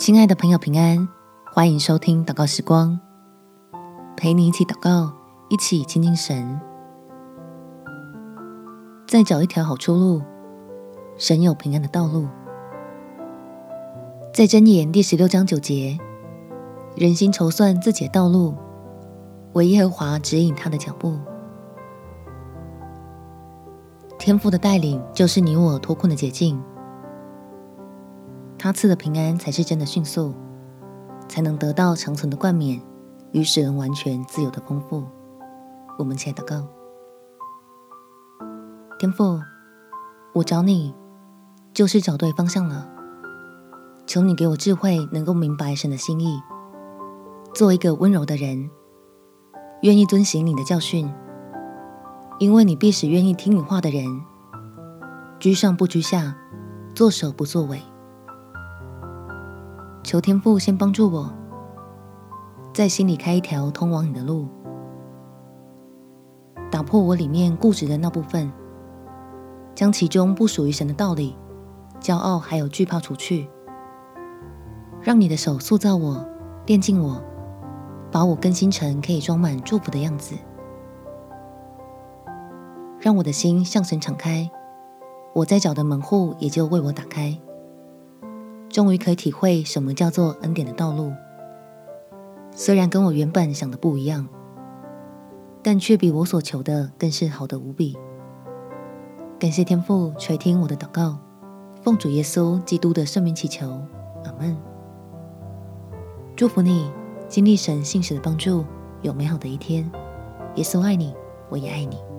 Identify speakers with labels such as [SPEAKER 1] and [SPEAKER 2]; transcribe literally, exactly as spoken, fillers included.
[SPEAKER 1] 亲爱的朋友平安，欢迎收听祷告时光，陪你一起祷告，一起亲近神。再找一条好出路，神有平安的道路。在箴言第十六章九节，人心筹算自己的道路，惟耶和华指引他的脚步。天父的带领就是你我脱困的捷径，他赐的平安才是真的迅速，才能得到长存的冠冕与使人完全自由的丰富。我们且祷告。天父，我找你就是找对方向了，求你给我智慧，能够明白神的心意，做一个温柔的人，愿意遵行你的教训，因为你必使愿意听你话的人居上不居下，作首不作尾。求天父先帮助我，在心里开一条通往你的路，打破我里面固执的那部分，将其中不属于神的道理、骄傲还有惧怕除去，让你的手塑造我，炼净我，把我更新成可以装满祝福的样子。让我的心向神敞开，我在找的门户也就为我打开，终于可以体会什么叫做恩典的道路。虽然跟我原本想的不一样，但却比我所求的更是好的无比。感谢天父垂听我的祷告，奉主耶稣基督的圣名祈求，阿们。祝福你经历神信实的帮助，有美好的一天。耶稣爱你，我也爱你。